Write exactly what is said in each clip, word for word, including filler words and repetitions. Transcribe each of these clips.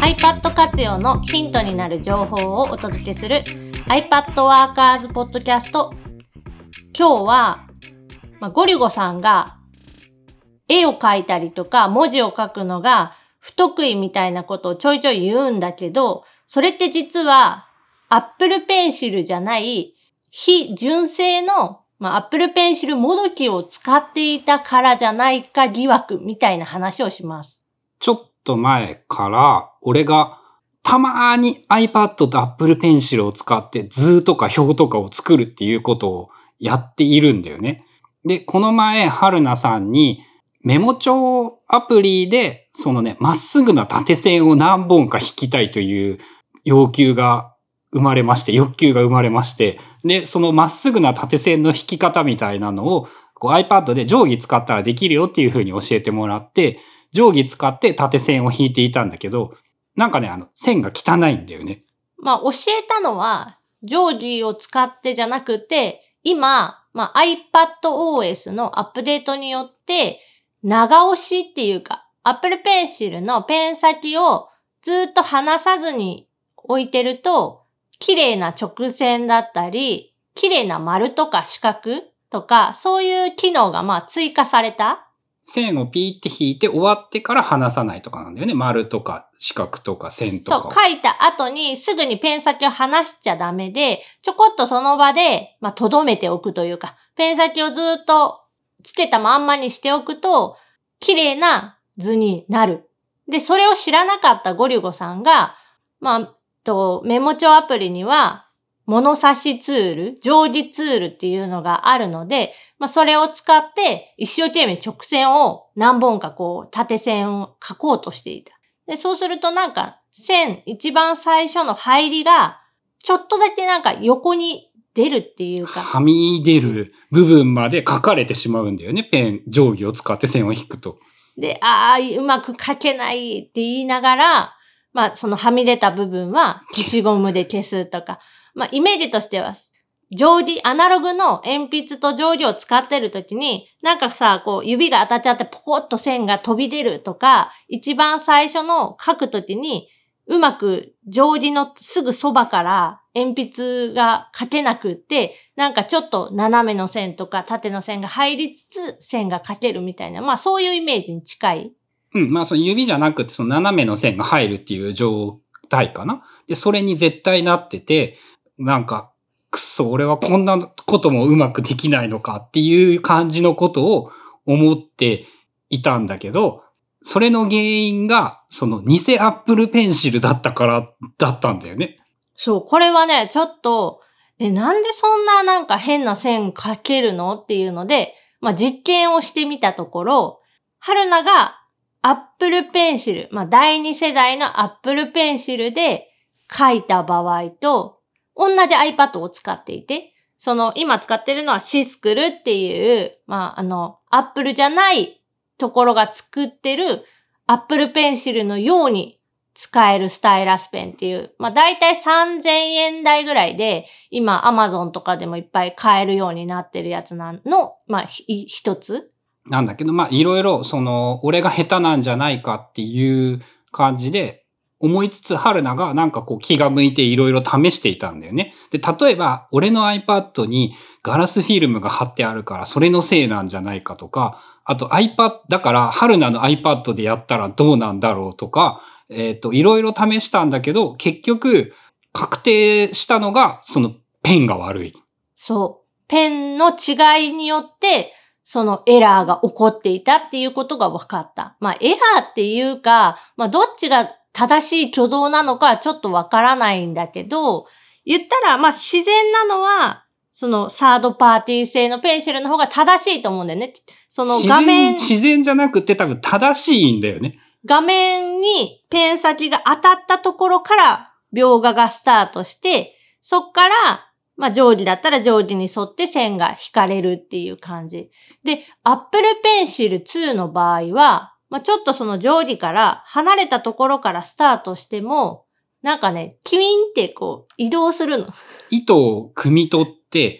iPad 活用のヒントになる情報をお届けする iPad Workers Podcast。今日は、まあ、ゴリゴさんが絵を描いたりとか文字を書くのが不得意みたいなことをちょいちょい言うんだけど、それって実は Apple Pencil じゃない非純正の、まあ、Apple Pencil もどきを使っていたからじゃないか疑惑みたいな話をします。 ちょっと前から俺がたまーに iPad と Apple Pencil を使って図とか表とかを作るっていうことをやっているんだよね。で、この前、春菜さんにメモ帳アプリでそのね、まっすぐな縦線を何本か引きたいという要求が生まれまして、欲求が生まれまして、で、そのまっすぐな縦線の引き方みたいなのをこう iPad で定規使ったらできるよっていう風に教えてもらって、定規使って縦線を引いていたんだけど、なんかね、あの、線が汚いんだよね。 まあ、教えたのは、定規を使ってじゃなくて、今、まあ、iPadOS のアップデートによって、長押しっていうか、Apple Pencil のペン先をずっと離さずに置いてると、綺麗な直線だったり、綺麗な丸とか四角とか、そういう機能がまあ追加された。 線をピーって引いて終わってから離さないとかなんだよね。丸とか四角とか線とかを。 そう、書いた後にすぐにペン先を離しちゃダメで、ちょこっとその場で、まあ、留めておくというか、ペン先をずっとつけたまんまにしておくと、綺麗な図になる。で、それを知らなかったゴリゴさんが、まあ、とメモ帳アプリには、物差しツール、定規ツールっていうのがあるので、まあそれを使って一生懸命直線を何本かこう縦線を書こうとしていた。で、そうするとなんか線、一番最初の入りがちょっとだけなんか横に出るっていうか。 はみ出る部分まで書かれてしまうんだよね。ペン、定規を使って線を引くと。 で、ああ、うまく書けないって言いながら、まあそのはみ出た部分は消しゴムで消すとか。まあ、イメージとしては、定規、アナログの鉛筆と定規を使ってるときに、なんかさ、こう、指が当たっちゃってポコッと線が飛び出るとか、一番最初の書くときに、うまく定規のすぐそばから鉛筆が書けなくって、なんかちょっと斜めの線とか縦の線が入りつつ線が書けるみたいな、まあそういうイメージに近い。 うん、まあその指じゃなくてその斜めの線が入るっていう状態かな。で、それに絶対なってて、なんか、くっそ、俺はこんなこともうまくできないのかっていう感じのことを思っていたんだけど、それの原因が、その偽アップルペンシルだったからだったんだよね。 そう、これはね、ちょっと、え、なんでそんななんか変な線描けるのっていうので、まあ、実験をしてみたところ、春菜がアップルペンシル、まあ、だいに世代のアップルペンシルで描いた場合と、同じ iPad を使っていて、その今使ってるのはシスクルっていう、まあ、あの、Apple じゃないところが作ってる Apple Pencil のように使えるスタイラスペンっていう、まあ、だいたいさんぜんえん台ぐらいで、今 Amazon とかでもいっぱい買えるようになってるやつなの、まあ、ひ一つ。 なんだけど、まあ、いろいろ、その、俺が下手なんじゃないかっていう感じで、思いつつ、春菜がなんかこう気が向いていろいろ試していたんだよね。で、例えば、俺の iPad にガラスフィルムが貼ってあるから、それのせいなんじゃないかとか、あと iPad、だから春菜の iPad でやったらどうなんだろうとか、えっと、いろいろ試したんだけど、結局、確定したのが、そのペンが悪い。 そう。ペンの違いによって、そのエラーが起こっていたっていうことが分かった。まあ、エラーっていうか、まあ、どっちが正しい挙動なのかはちょっとわからないんだけど、言ったら、まあ自然なのは、そのサードパーティー製のペンシルの方が正しいと思うんだよね。その画面。 自然、自然じゃなくて多分正しいんだよね。 画面にペン先が当たったところから描画がスタートして、そっから、まあ定規だったら定規に沿って線が引かれるっていう感じ。で、Apple Pencil ツーの場合は、まあ、ちょっとその定規から離れたところからスタートしても、なんかね、キュインってこう移動するの。 糸を汲み取って、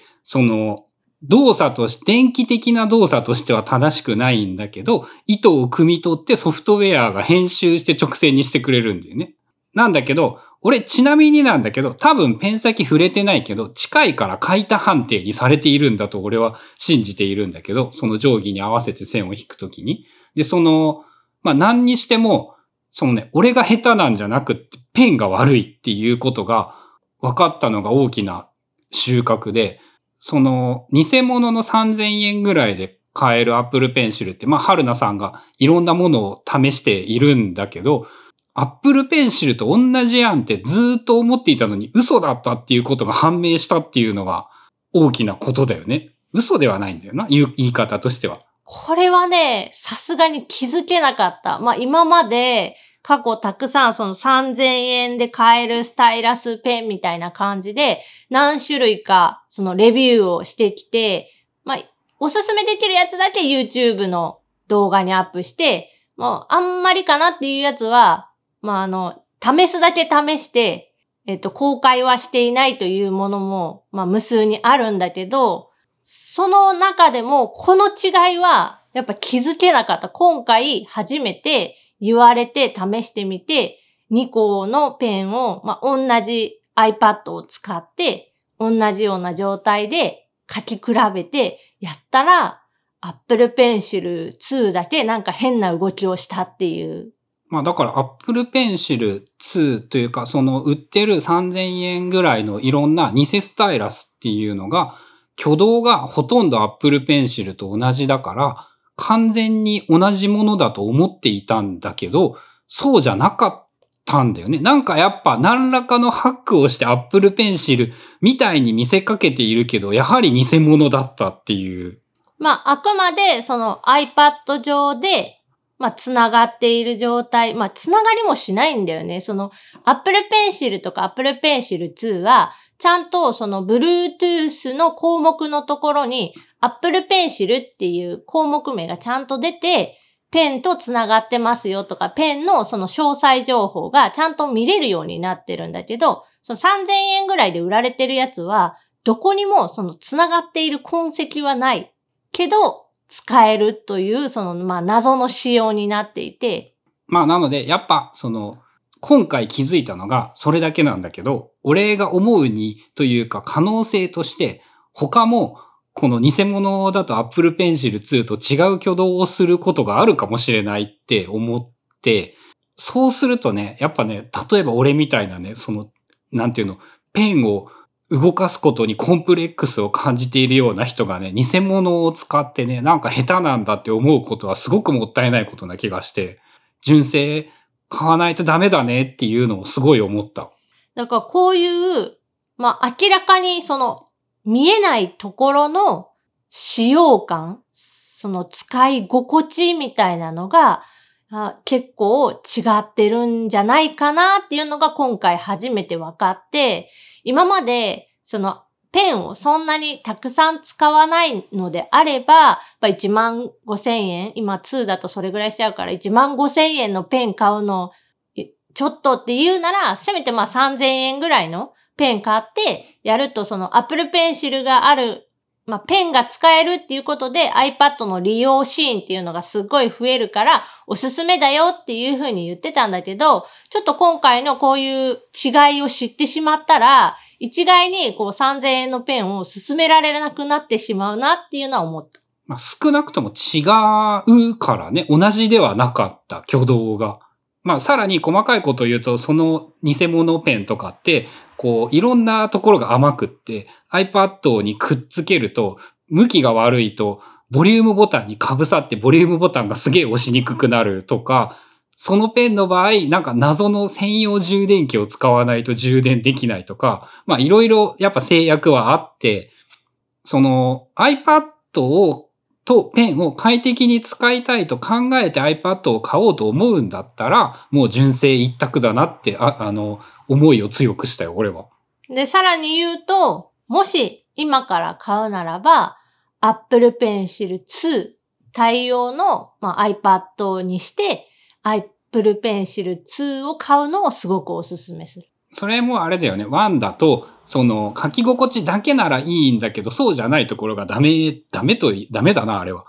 その動作として、電気的な動作としては正しくないんだけど、糸を汲み取ってソフトウェアが編集して直線にしてくれるんだよね。 なんだけど、俺ちなみになんだけど、多分ペン先触れてないけど、近いから書いた判定にされているんだと俺は信じているんだけど、その定規に合わせて線を引くときに。で、その、まあ何にしても、そのね、俺が下手なんじゃなくって、ペンが悪いっていうことが分かったのが大きな収穫で、その、偽物のさんぜんえんぐらいで買えるアップルペンシルって、まあ、春菜さんがいろんなものを試しているんだけど、アップルペンシルと同じやんってずーっと思っていたのに嘘だったっていうことが判明したっていうのが大きなことだよね。嘘ではないんだよな、言い方としては。 これはね、さすがに気づけなかった。まあ今まで過去たくさんそのさんぜんえんで買えるスタイラスペンみたいな感じで何種類かそのレビューをしてきて、まあおすすめできるやつだけ YouTube の動画にアップして、もうあんまりかなっていうやつは、まああの、試すだけ試して、えっと、公開はしていないというものも、まあ無数にあるんだけど、その中でもこの違いはやっぱ気づけなかった。今回初めて言われて試してみて、にこのペンを、まあ、同じ iPad を使って、同じような状態で書き比べてやったら、Apple Pencil ツーだけなんか変な動きをしたっていう。 まあだから Apple Pencil ツーというか、その売ってるさんぜんえんぐらいのいろんな偽スタイラスっていうのが、挙動がほとんど Apple Pencil と同じだから、完全に同じものだと思っていたんだけど、そうじゃなかったんだよね。なんかやっぱ何らかのハックをして Apple Pencil みたいに見せかけているけど、やはり偽物だったっていう。 まあ、あくまでその iPad 上で、まあ、つながっている状態。まあ、つながりもしないんだよね。その Apple Pencil とか Apple Pencil ツーは、ちゃんとその Bluetooth の項目のところに Apple Pencil っていう項目名がちゃんと出て、ペンとつながってますよとか、ペンのその詳細情報がちゃんと見れるようになってるんだけど、そのさんぜんえんぐらいで売られてるやつは、どこにもそのつながっている痕跡はない。けど、使えるという、その、まあ、謎の仕様になっていて。 まあ、なので、やっぱ、その、今回気づいたのがそれだけなんだけど、俺が思うにというか可能性として、他もこの偽物だと Apple Pencil ツーと違う挙動をすることがあるかもしれないって思って、そうするとね、やっぱね、例えば俺みたいなね、その、なんていうの、ペンを動かすことにコンプレックスを感じているような人がね、偽物を使ってね、なんか下手なんだって思うことはすごくもったいないことな気がして、純正買わないとダメだねっていうのをすごい思った。 だからこういう、まあ明らかにその見えないところの使用感、その使い心地みたいなのが結構違ってるんじゃないかなっていうのが今回初めて分かって、今までそのペンをそんなにたくさん使わないのであれば、いちまんごせんえん、今ツーだとそれぐらいしちゃうからいちまんごせんえんのペン買うのちょっとって言うなら、せめてまあさんぜんえんぐらいのペン買ってやると、その Apple Pencil がある、まあペンが使えるっていうことで iPad の利用シーンっていうのがすごい増えるからおすすめだよっていうふうに言ってたんだけど、ちょっと今回のこういう違いを知ってしまったら、一概にこうさんぜんえんのペンを勧められなくなってしまうなっていうのは思った。 まあ、少なくとも違うからね、同じではなかった挙動が。まあ、さらに細かいことを言うと、その偽物ペンとかって、こう、いろんなところが甘くって、iPad にくっつけると、向きが悪いと、ボリュームボタンに被さってボリュームボタンがすげえ押しにくくなるとか、そのペンの場合、なんか謎の専用充電器を使わないと充電できないとか、まあいろいろやっぱ制約はあって、その iPad をとペンを快適に使いたいと考えて iPad を買おうと思うんだったら、もう純正一択だなって、あ、あの、思いを強くしたよ、俺は。 で、さらに言うと、もし今から買うならば、Apple Pencil ツー対応の、まあ、iPad にして、Apple Pencil ツーを買うのをすごくおすすめする。 それもあれだよね。ワンだと、その書き心地だけならいいんだけど、そうじゃないところがダメ、ダメと、ダメだな、あれは。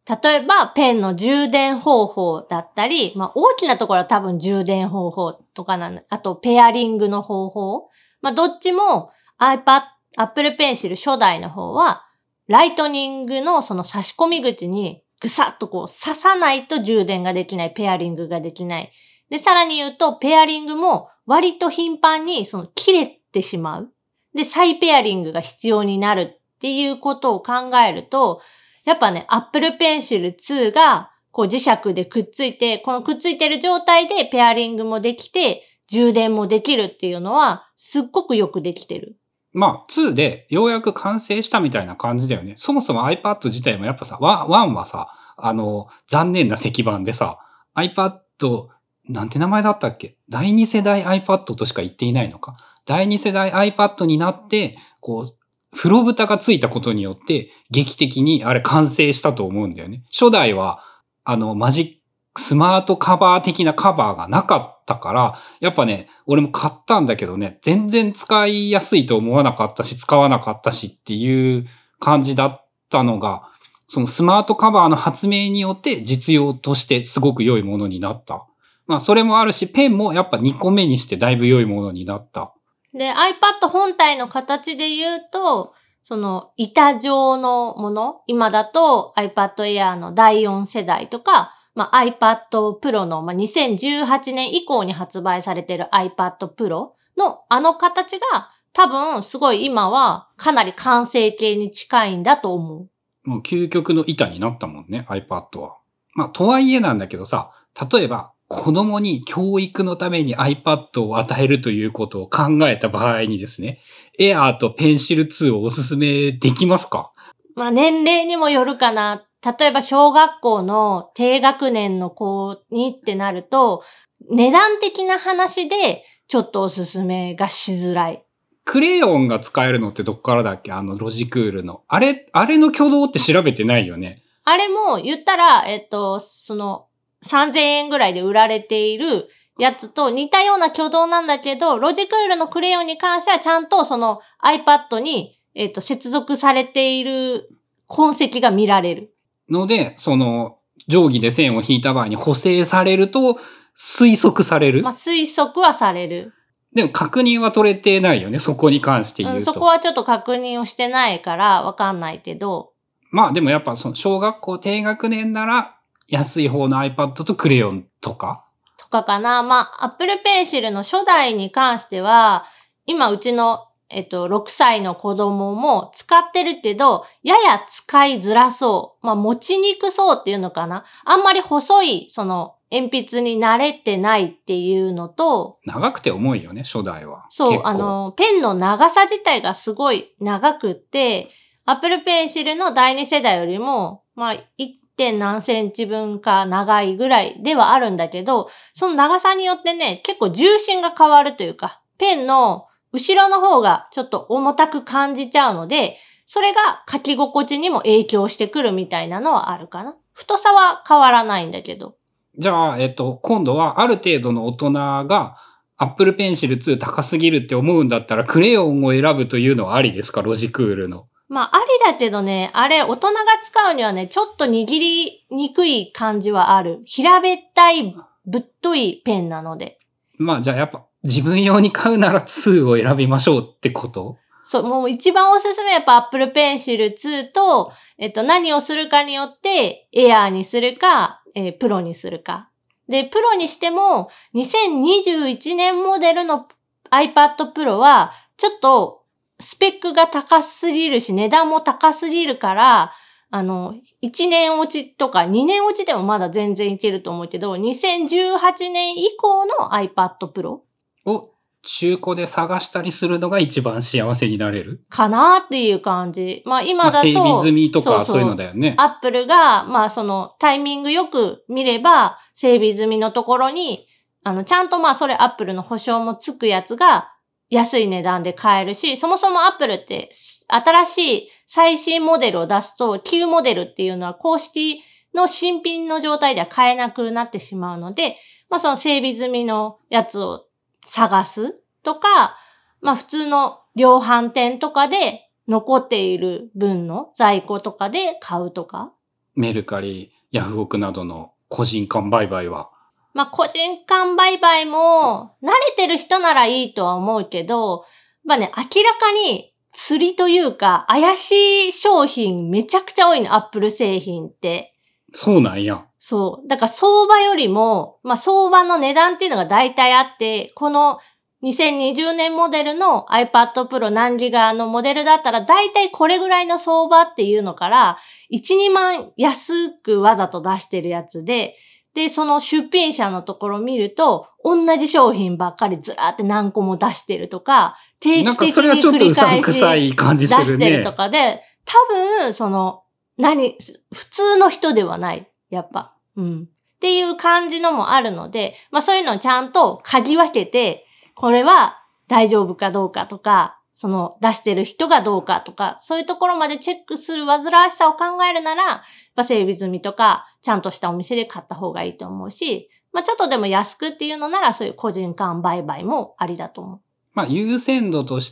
例えばペンの充電方法だったり、まあ大きなところは多分充電方法とかなんだ。あとペアリングの方法。まあどっちも iPad、Apple Pencil 初代の方はライトニングのその差し込み口にぐさっとこう刺さないと充電ができない、ペアリングができない。で、さらに言うとペアリングも割と頻繁にその切れてしまう。で、再ペアリングが必要になるっていうことを考えると、やっぱね、Apple Pencil ツーがこう磁石でくっついて、このくっついてる状態でペアリングもできて、充電もできるっていうのはすっごくよくできてる。 まあ、ツーでようやく完成したみたいな感じだよね。そもそも iPad 自体もやっぱさ、ワンはさ、あの、残念な石板でさ、iPad、なんて名前だったっけ？第二世代 iPad としか言っていないのか。第二世代 iPad になって、こう、風呂蓋がついたことによって、劇的にあれ完成したと思うんだよね。初代は、あの、マジック、スマートカバー的なカバーがなかったから、やっぱね、俺も買ったんだけどね、全然使いやすいと思わなかったし、使わなかったしっていう感じだったのが、そのスマートカバーの発明によって実用としてすごく良いものになった。まあそれもあるし、ペンもやっぱにこめにしてだいぶ良いものになった。 で、iPad 本体の形で言うと、その板状のもの、今だと iPad Air のだいよん世代とか、まあ、iPad Pro の、まあ、にせんじゅうはちねん以降に発売されている iPad Pro のあの形が多分すごい今はかなり完成形に近いんだと思う。 もう究極の板になったもんね、iPad は。まあ、とはいえなんだけどさ、例えば子供に教育のために iPad を与えるということを考えた場合にですね、Air と Pencil ツーをおすすめできますか？ まあ、年齢にもよるかな。例えば小学校の低学年の子にってなると、値段的な話でちょっとおすすめがしづらい。 クレヨンが使えるのってどっからだっけ？あのロジクールの。あれ、あれの挙動って調べてないよね。 あれも言ったら、えっと、そのさんぜんえんぐらいで売られているやつと似たような挙動なんだけど、ロジクールのクレヨンに関してはちゃんとその iPad に、えっと、接続されている痕跡が見られる。 ので、その定規で線を引いた場合に補正されると推測される。 まあ、推測はされる。 でも確認は取れてないよね、そこに関して言うと。 うん、そこはちょっと確認をしてないからわかんないけど。 まあでもやっぱその小学校低学年なら安い方の iPad とクレヨンとかとかかな。まあ、Apple Pencil の初代に関しては、今うちのえっと、ろくさいの子供も使ってるけど、やや使いづらそう。まあ、持ちにくそうっていうのかな。あんまり細い、その、鉛筆に慣れてないっていうのと、 長くて重いよね、初代は。 そう、あの、ペンの長さ自体がすごい長くって、Apple Pencil のだいに世代よりも、まあ、いってん何センチ分か長いぐらいではあるんだけど、その長さによってね、結構重心が変わるというか、ペンの後ろの方がちょっと重たく感じちゃうので、それが書き心地にも影響してくるみたいなのはあるかな。太さは変わらないんだけど。 じゃあ、えっと、今度はある程度の大人が Apple Pencil ツー高すぎるって思うんだったらクレヨンを選ぶというのはありですか？ロジクールの。 まあ、ありだけどね、あれ大人が使うにはね、ちょっと握りにくい感じはある。平べったい、ぶっといペンなので。 まあ、じゃあやっぱ自分用に買うならツーを選びましょうってこと？ そう、もう一番おすすめはやっぱ Apple Pencil ツーと、えっと、何をするかによって Air にするか、えー、Pro にするか。で、Pro にしてもにせんにじゅういちねんモデルの iPad Pro はちょっとスペックが高すぎるし値段も高すぎるから、あの、いちねん落ちとかにねん落ちでもまだ全然いけると思うけど、にせんじゅうはちねん以降の iPad Pro を中古で探したりするのが一番幸せになれるかなっていう感じ。まあ今だと、 まあ、整備済みとかそういうのだよね。 アップルが、まあそのタイミングよく見れば、整備済みのところに、あの、ちゃんとまあそれアップルの保証もつくやつが安い値段で買えるし、そもそもアップルって新しい最新モデルを出すと、旧モデルっていうのは公式の新品の状態では買えなくなってしまうので、まあその整備済みのやつを探すとか、まあ普通の量販店とかで残っている分の在庫とかで買うとか。 メルカリ、ヤフオクなどの個人間売買は。 まあ、個人間売買も、慣れてる人ならいいとは思うけど、まあね、明らかに釣りというか、怪しい商品めちゃくちゃ多いの、アップル製品って。 そうなんや。 そう。だから相場よりも、まあ相場の値段っていうのが大体あって、このにせんにじゅうねんモデルの iPad Pro 何ギガのモデルだったら大体これぐらいの相場っていうのからいち、にまん安くわざと出してるやつで、で、その出品者のところ見ると同じ商品ばっかりずらーって何個も出してるとか、定期的に繰り返しなんかそれはちょっとうさんくさい感じするね。 出してるとかで、多分その何、普通の人ではない。やっぱ。うん。っていう感じのもあるので、まあそういうのをちゃんと嗅ぎ分けて、これは大丈夫かどうかとか、その出してる人がどうかとか、そういうところまでチェックする煩わしさを考えるなら、やっぱ整備済みとか、ちゃんとしたお店で買った方がいいと思うし、まあちょっとでも安くっていうのなら、そういう個人間売買もありだと思う。 まあ優先度として、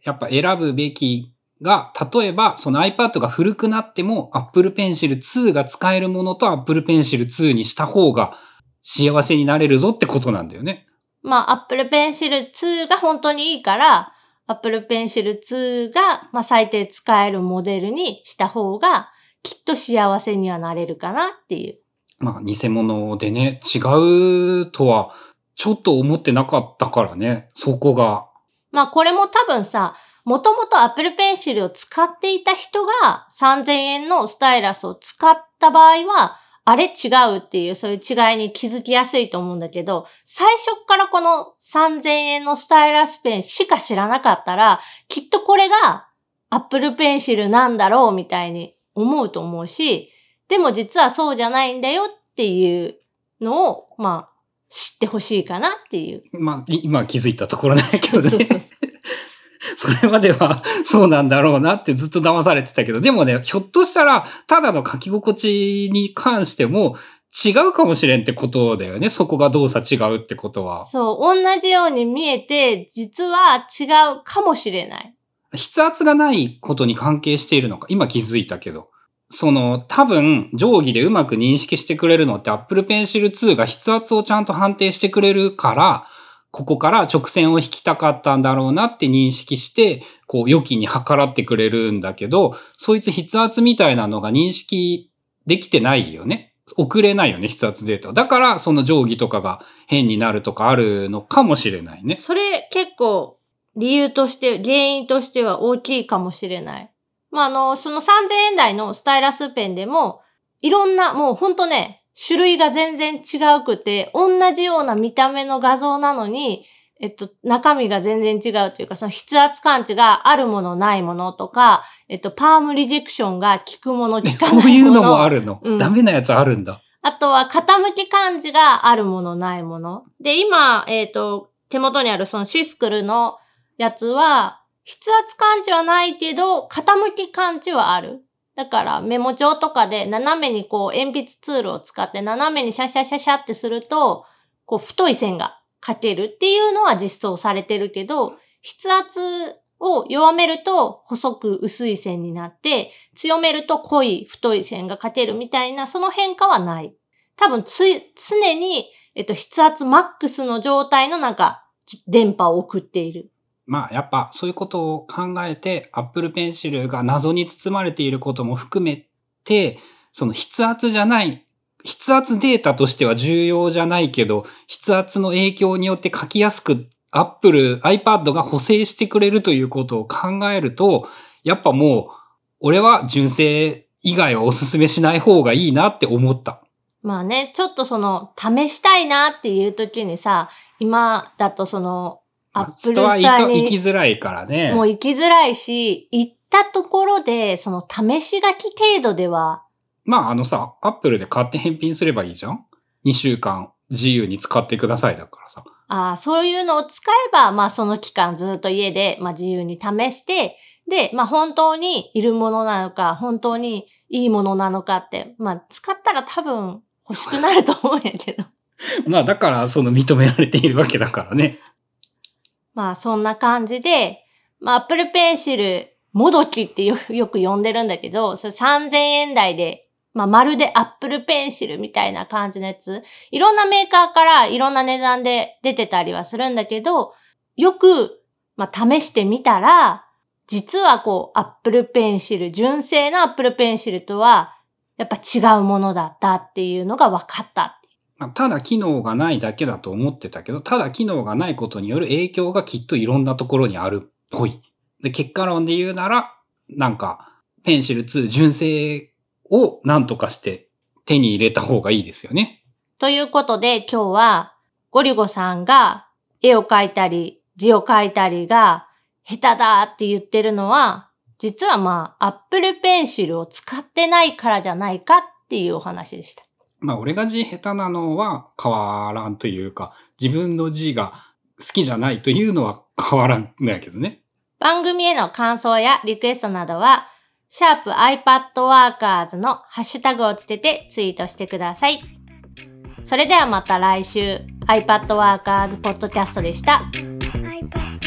やっぱ選ぶべきが、例えば、その iPad が古くなっても Apple Pencil ツーが使えるものと Apple Pencil ツーにした方が幸せになれるぞってことなんだよね。 まあ Apple Pencil ツーが本当にいいから、Apple Pencil ツーが、まあ、最低使えるモデルにした方が、きっと幸せにはなれるかなっていう。 まあ、偽物でね、違うとは、ちょっと思ってなかったからね、そこが。 まあ、これも多分さ、もともと Apple Pencil を使っていた人がさんぜんえんのスタイラスを使った場合は、あれ違うっていうそういう違いに気づきやすいと思うんだけど、最初からこのさんぜんえんのスタイラスペンしか知らなかったら、きっとこれが Apple Pencil なんだろうみたいに思うと思うし、でも実はそうじゃないんだよっていうのを、まあ、知ってほしいかなっていう。 まあ、今気づいたところなんだけどね。 そうそうそうそれまではそうなんだろうなってずっと騙されてたけど、でもね、ひょっとしたら、ただの書き心地に関しても違うかもしれんってことだよね。そこが動作違うってことは。 そう、同じように見えて、実は違うかもしれない。 筆圧がないことに関係しているのか。今気づいたけど。その、多分、定規でうまく認識してくれるのって Apple Pencil ツーが筆圧をちゃんと判定してくれるから、ここから直線を引きたかったんだろうなって認識して、こう、良きに計らってくれるんだけど、そいつ筆圧みたいなのが認識できてないよね。送れないよね、筆圧データ。だから、その定規とかが変になるとかあるのかもしれないね。 それ結構理由として、原因としては大きいかもしれない。まあ、あの、そのさんぜんえん台のスタイラスペンでも、いろんな、もうほんとね、種類が全然違うくて、同じような見た目の画像なのに、えっと、中身が全然違うというか、その筆圧感知があるものないものとか、えっと、パームリジェクションが効くもの効かないもの。 そういうのもあるの。 うん、 ダメなやつあるんだ。 あとは、傾き感知があるものないもの。で、今、えっと、手元にあるそのシスクルのやつは、筆圧感知はないけど、傾き感知はある。だからメモ帳とかで斜めにこう鉛筆ツールを使って斜めにシャシャシャシャってすると、こう太い線が描けるっていうのは実装されてるけど、筆圧を弱めると細く薄い線になって、強めると濃い太い線が描けるみたいなその変化はない。多分つ、常に、えっと、筆圧マックスの状態のなんか電波を送っている。 まあやっぱそういうことを考えて Apple Pencil が謎に包まれていることも含めて、その筆圧じゃない、筆圧データとしては重要じゃないけど、筆圧の影響によって書きやすく Apple、iPad が補正してくれるということを考えると、やっぱもう俺は純正以外はおすすめしない方がいいなって思った。 まあね、ちょっとその試したいなっていう時にさ、今だとそのアップルスターに行きづらいからね。 もう行きづらいし、行ったところで、その試し書き程度では。 まああのさ、アップルで買って返品すればいいじゃん ?に 週間自由に使ってくださいだからさ。 ああ、そういうのを使えば、まあその期間ずっと家で、まあ自由に試して、で、まあ本当にいるものなのか、本当にいいものなのかって、まあ使ったら多分欲しくなると思うんやけど。 まあだからその認められているわけだからね。 まあそんな感じで、まあ Apple Pencil もどきってよ、よく呼んでるんだけど、それさんぜんえん台で、 まあ、まるで Apple Pencil みたいな感じのやつ、いろんなメーカーからいろんな値段で出てたりはするんだけど、よく、まあ、試してみたら、実はこう、Apple Pencil、純正の Apple Pencil とは、やっぱ違うものだったっていうのが分かった。 ただ機能がないだけだと思ってたけど、ただ機能がないことによる影響がきっといろんなところにあるっぽい。で、結果論で言うなら、なんか、ペンシルツー純正をなんとかして手に入れた方がいいですよね。 ということで今日はゴリゴさんが絵を描いたり字を書いたりが下手だって言ってるのは、実はまあ Apple Pencil を使ってないからじゃないかっていうお話でした。 まあ俺が字下手なのは変わらんというか、自分の字が好きじゃないというのは変わらんだけどね。 番組への感想やリクエストなどは、シャープ iPadWorkers のハッシュタグをつけてツイートしてください。それではまた来週、iPadWorkers ポッドキャストでした。